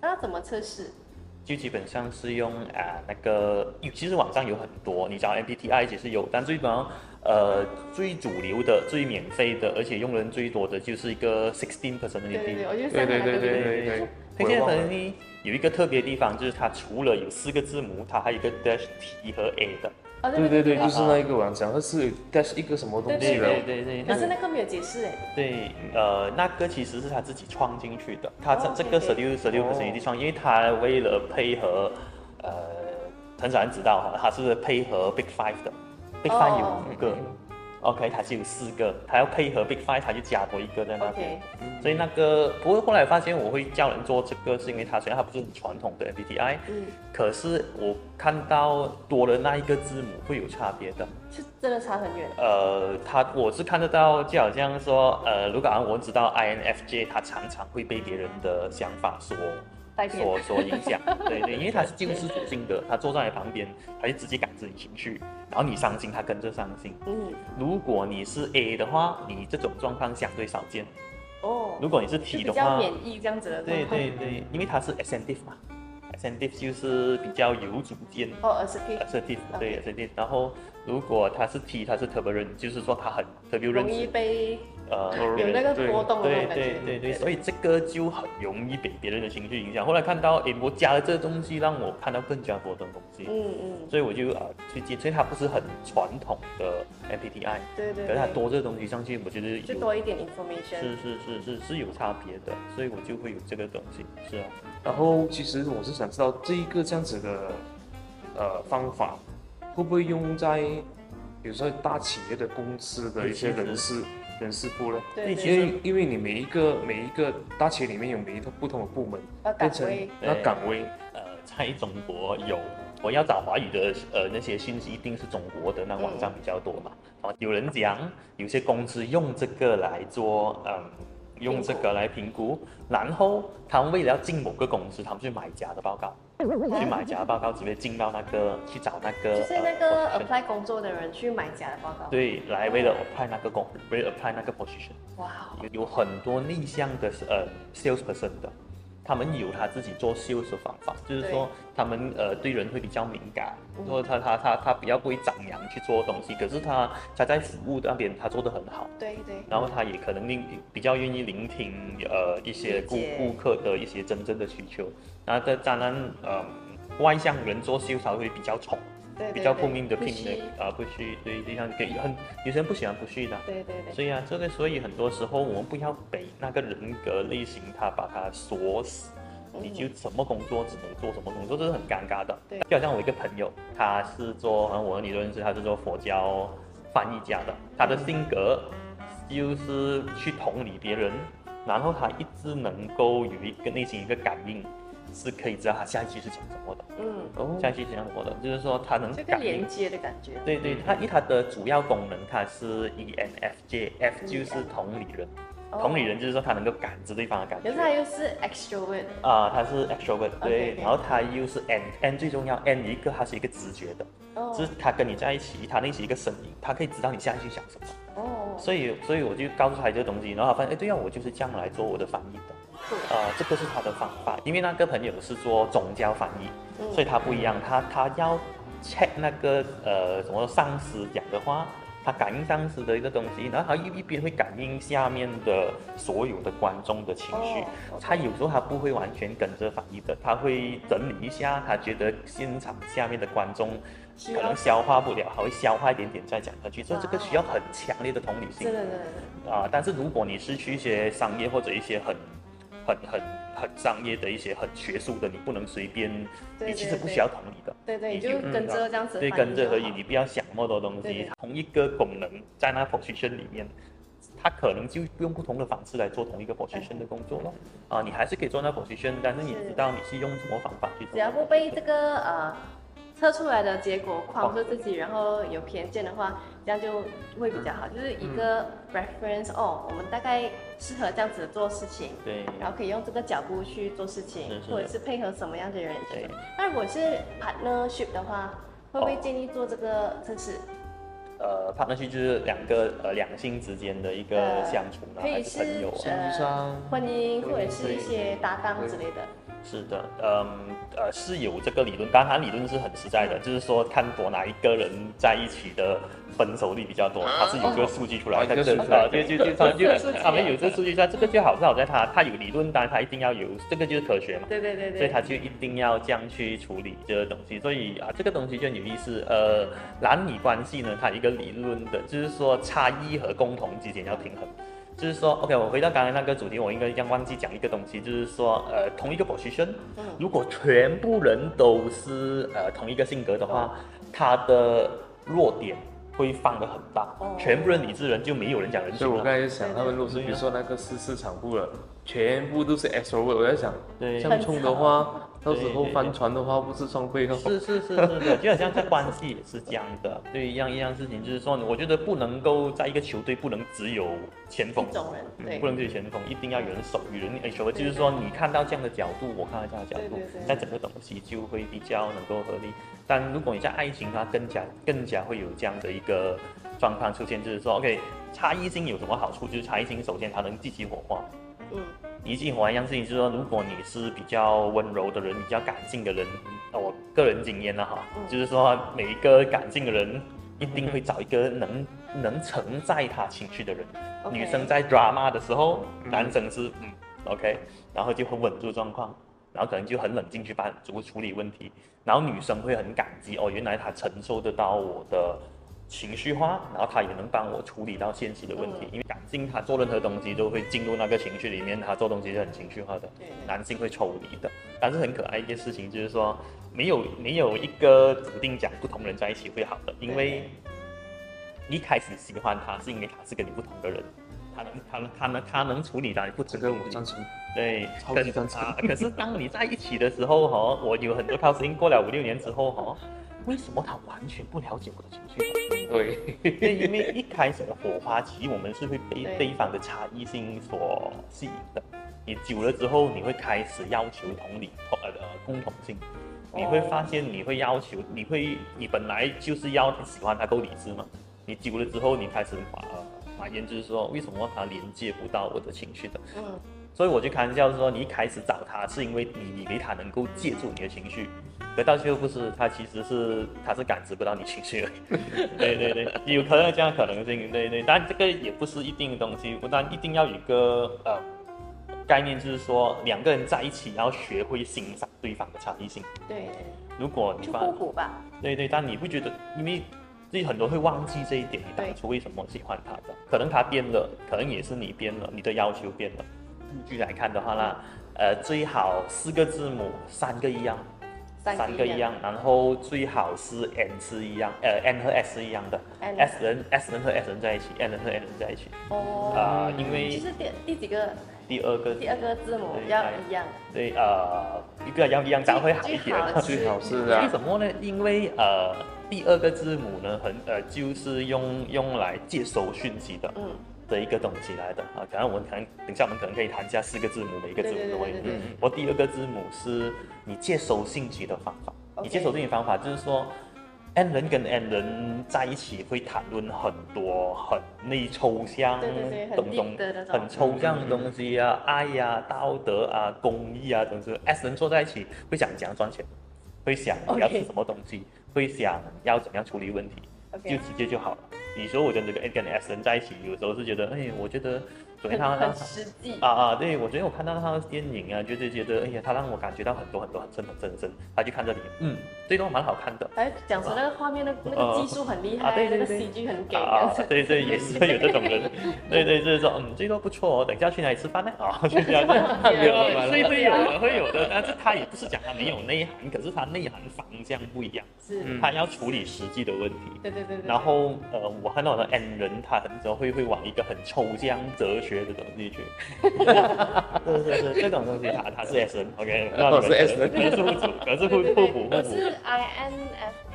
那怎么测试？ 就基本上是用那个，其实网上有很多，你找 MBTI 其实有，但最主要最主流的、最免费的，而且用人最多的就是一个 16 对对 personality。 对，我就对对对上了那个对对对，我也 PCT 忘了。 personality 有一个特别的地方，就是它除了有4个字母，它还有一个 dash T 和 A 的。 哦， 对对对， 对对对， 就是那一个我想讲，它是 dash 一个什么东西的。 对， 可是那个没有解释哎。 对，那个其实是他自己创进去的，他哦这个 ，OK，OK 16 创，因为他为了配合，很少人知道哈，他是配合 Big Five 的，Big Five 有5个，OK，他只有4个，他要配合 Big Five，他就加多一个在那边。所以那个，不过后来发现我会叫人做这个，是因为它虽然它不是很传统的 MBTI，可是我看到多了那一个字母会有差别的。 是真的差很远。 我是看得到，就好像说，如果我知道 INFJ，他常常会被别人的想法所影响，对，因为他是救世属性的，他坐在你旁边，他就直接感知你情绪，然后你伤心，他跟着伤心。如果你是 A 的话，你这种状况相对少见。如果你是 T 的话， 比较免疫这样子的。 对，因为他是 ascendant 嘛，ascendant 就是比较有主见。assertive，对 assertive。然后如果他是 T，他是 turbulent，就是说他很特别容易被有那个波动的那种感觉。 对，所以这个就很容易被别人的情绪影响。后来看到，我加了这个东西，让我看到更加多的东西。所以我就去接，所以它不是很传统的 MBTI。 对。 可是它多这个东西上去，我觉得就多一点 information。 是有差别的，所以我就会有这个东西。是啊。 然后其实我是想知道这一个这样子的方法，会不会用在比如说大企业的公司的一些人事部呢？ 对， 因为你每一个大企业里面有每一个不同的部门，变成那岗位。 在中国我要找华语的那些信息，一定是中国的那网站比较多嘛。有人讲，有些公司用这个来做用这个来评估，然后他们为了要进某个公司，他们去买家的报告，直接进到那个去找那个， 就是那个 apply 工作的人去买家的报告。 对，为了 apply 那个 position。 哇， 有很多内向的sales person 的。他们有他自己做 sales 的方法，就是说他们对人会比较敏感，或者他比较不会张扬去做东西，可是他在服务那边他做得很好， 对， 然后他也可能比较愿意聆听一些顾客的一些真正的需求，然后当然外向人做 sales 他会比较冲。比较负面的拼的不虚，对，就像有些人不喜欢不虚的， 对， 所以很多时候我们不要被那个人格类型他把它锁死，你就什么工作只能做什么工作，这是很尴尬的。就好像我一个朋友，他是做我和你都认识，他是做佛教翻译家的，他的性格就是去同理别人，然后他一直能够有一个内心一个感应。是可以知道他下一句是讲什么的，下一句是讲什么的，就是说他能这个连接的感觉。 对，他的主要功能它是 ENFJ，F 就是同理人，同理人就是说他能够感知对方的感觉。 可是他又是 extrovert 他是 extrovert， 对，然后他又是 N 最重要 N 他是一个直觉的，就是他跟你在一起，他内心一个声音，他可以知道你下一句想什么。所以我就告诉他这个东西，然后他发现，对啊，我就是这样来做我的翻译的。这个是他的方法，因为那个朋友是做宗教翻译，所以他不一样，他要 check 那个什么上司讲的话，他感应上司的一个东西，然后他一边会感应下面的所有的观众的情绪，他有时候他不会完全跟着翻译的，他会整理一下，他觉得现场下面的观众可能消化不了，他会消化一点点再讲下去，所以这个需要很强烈的同理心。但是如果你是去一些商业或者一些很商业的一些很学术的，你不能随便，你其实不需要同理的。 对，你就跟着这样子。 对，跟着而已，你不要想那么多东西。同一个功能在那 position 里面，它可能就用不同的方式来做同一个 position 的工作了。你还是可以做那 position， 但是你知道你是用什么方法去做。 只要不被这个测出来的结果框住自己，然后有偏见的话，这样就会比较好。就是一个 reference，我们大概适合这样子做事情， 对， 然后可以用这个脚步去做事情，或者是配合什么样的人去做。那如果是 partnership 的话，会不会建议做这个测试 ？partnership 就是两性之间的一个相处呢， 可以还是朋友婚姻或者是一些搭档之类的。 是的，是有这个理论，当然理论是很实在的，就是说看哪一个人在一起的分手率比较多，它是有这个数据出来的，就他们有这个数据在，这个就好在他有理论，当然他一定要有，这个就是科学嘛， 对， 所以他就一定要这样去处理这个东西，所以这个东西就很有意思，男女关系呢，它有一个理论的，就是说差异和共同之间要平衡。就是说 ，OK， 我回到刚才那个主题，我应该忘记讲一个东西，就是说，同一个 position，如果全部人都是同一个性格的话，他的弱点会放得很大，全部人理智人就没有人讲人性了。 所以我刚才想，他们如果是比如说那个市场部的，全部都是 extrovert，我在想，相冲的话，到时候翻船的话，不是双倍的。 是的，就好像在关系也是这样的，对一样事情，就是说，我觉得不能够在一个球队不能只有前锋， 一种人，对， 不能只有前锋，一定要有人守，有人就是说你看到这样的角度，我看到这样的角度，那整个东西就会比较能够合理。但如果你在爱情，它更加会有这样的一个状况出现，就是说 ，OK， 差异性有什么好处？就是差异性首先它能激起火花。一句话一样事情，就是说，如果你是比较温柔的人，比较感性的人，我个人经验就是说，每一个感性的人一定会找一个能承载他情绪的人。女生在 drama 的时候，男生是OK， 然后就会稳住状况，然后可能就很冷静去处理问题，然后女生会很感激原来他承受得到我的情绪化，然后他也能帮我处理到现实的问题，因为感性他做任何东西都会进入那个情绪里面，他做东西是很情绪化的，男性会抽离的。但是很可爱一件事情就是说，没有一个指定讲不同人在一起会好的，因为一开始喜欢他是因为他是跟你不同的人，他能处理到你不同的。 这个我赞成。 对， 超级赞成。 可是当你在一起的时候我有很多counseling过了5-6年之后为什么他完全不了解我的情绪？对，因为一开始的火花期，我们是会被对方的差异性所吸引的。你久了之后，你会开始要求共同性。你会发现，你会要求，你本来就是要喜欢他够理智嘛。你久了之后，你开始发现就是说，为什么他连接不到我的情绪的？所以我就开玩笑说，你一开始找他是因为你以为他能够借助你的情绪，可到最后不是，他其实是感知不到你情绪而已。对，有可能这样可能性，对，但这个也不是一定的东西，但一定要有一个概念，就是说两个人在一起要学会欣赏对方的差异性。 对， 如果你互补吧。 对，但你会觉得，因为自己很多会忘记这一点，你当初为什么喜欢他的？可能他变了，可能也是你变了，你的要求变了。数据来看的话呢，最好4个字母3个一样，3个一样，然后最好是 N 是一样，N 和 S 是一样的 ，S 人和 S 人在一起 ，N 人和 N 人在一起。因为就是第几个？ 第二个字母要一样。 对，一个要一样，这样会好一点。 最好是为什么呢？因为第二个字母呢，就是用来接收讯息的一个东西来的可能等一下我们可能可以谈一下4个字母的一个字母的问题。我第二个字母是你接收信息的方法。你接收信息方法就是说 ，N 人跟 N 人在一起会谈论很多很内抽象很抽象的东西爱道德公益等等。S 人坐在一起会想怎样赚钱，会想要吃什么东西，会想要怎样处理问题，就直接就好了。你说我跟这个 跟 S 人在一起，有时候是觉得，我觉得昨天他很实际对，我昨天我看到他的电影就是觉得，他让我感觉到很多很深，他去看这里，这段蛮好看的。 讲说那个画面那个技术很厉害， 对那个 CG 很给对，也是会有这种人，对，就是说，这段不错等一下去哪里吃饭呢？就这样，会有的，但是他也不是讲他没有内涵，可是他内涵方向不一样，他要处理实际的问题。 对。 然后我看到的 N 人，他很多会往一个很抽象哲学的东西去。是这种东西，他是 S 人 ，OK， 我是 S 人， 可是互补。 我是 INFP。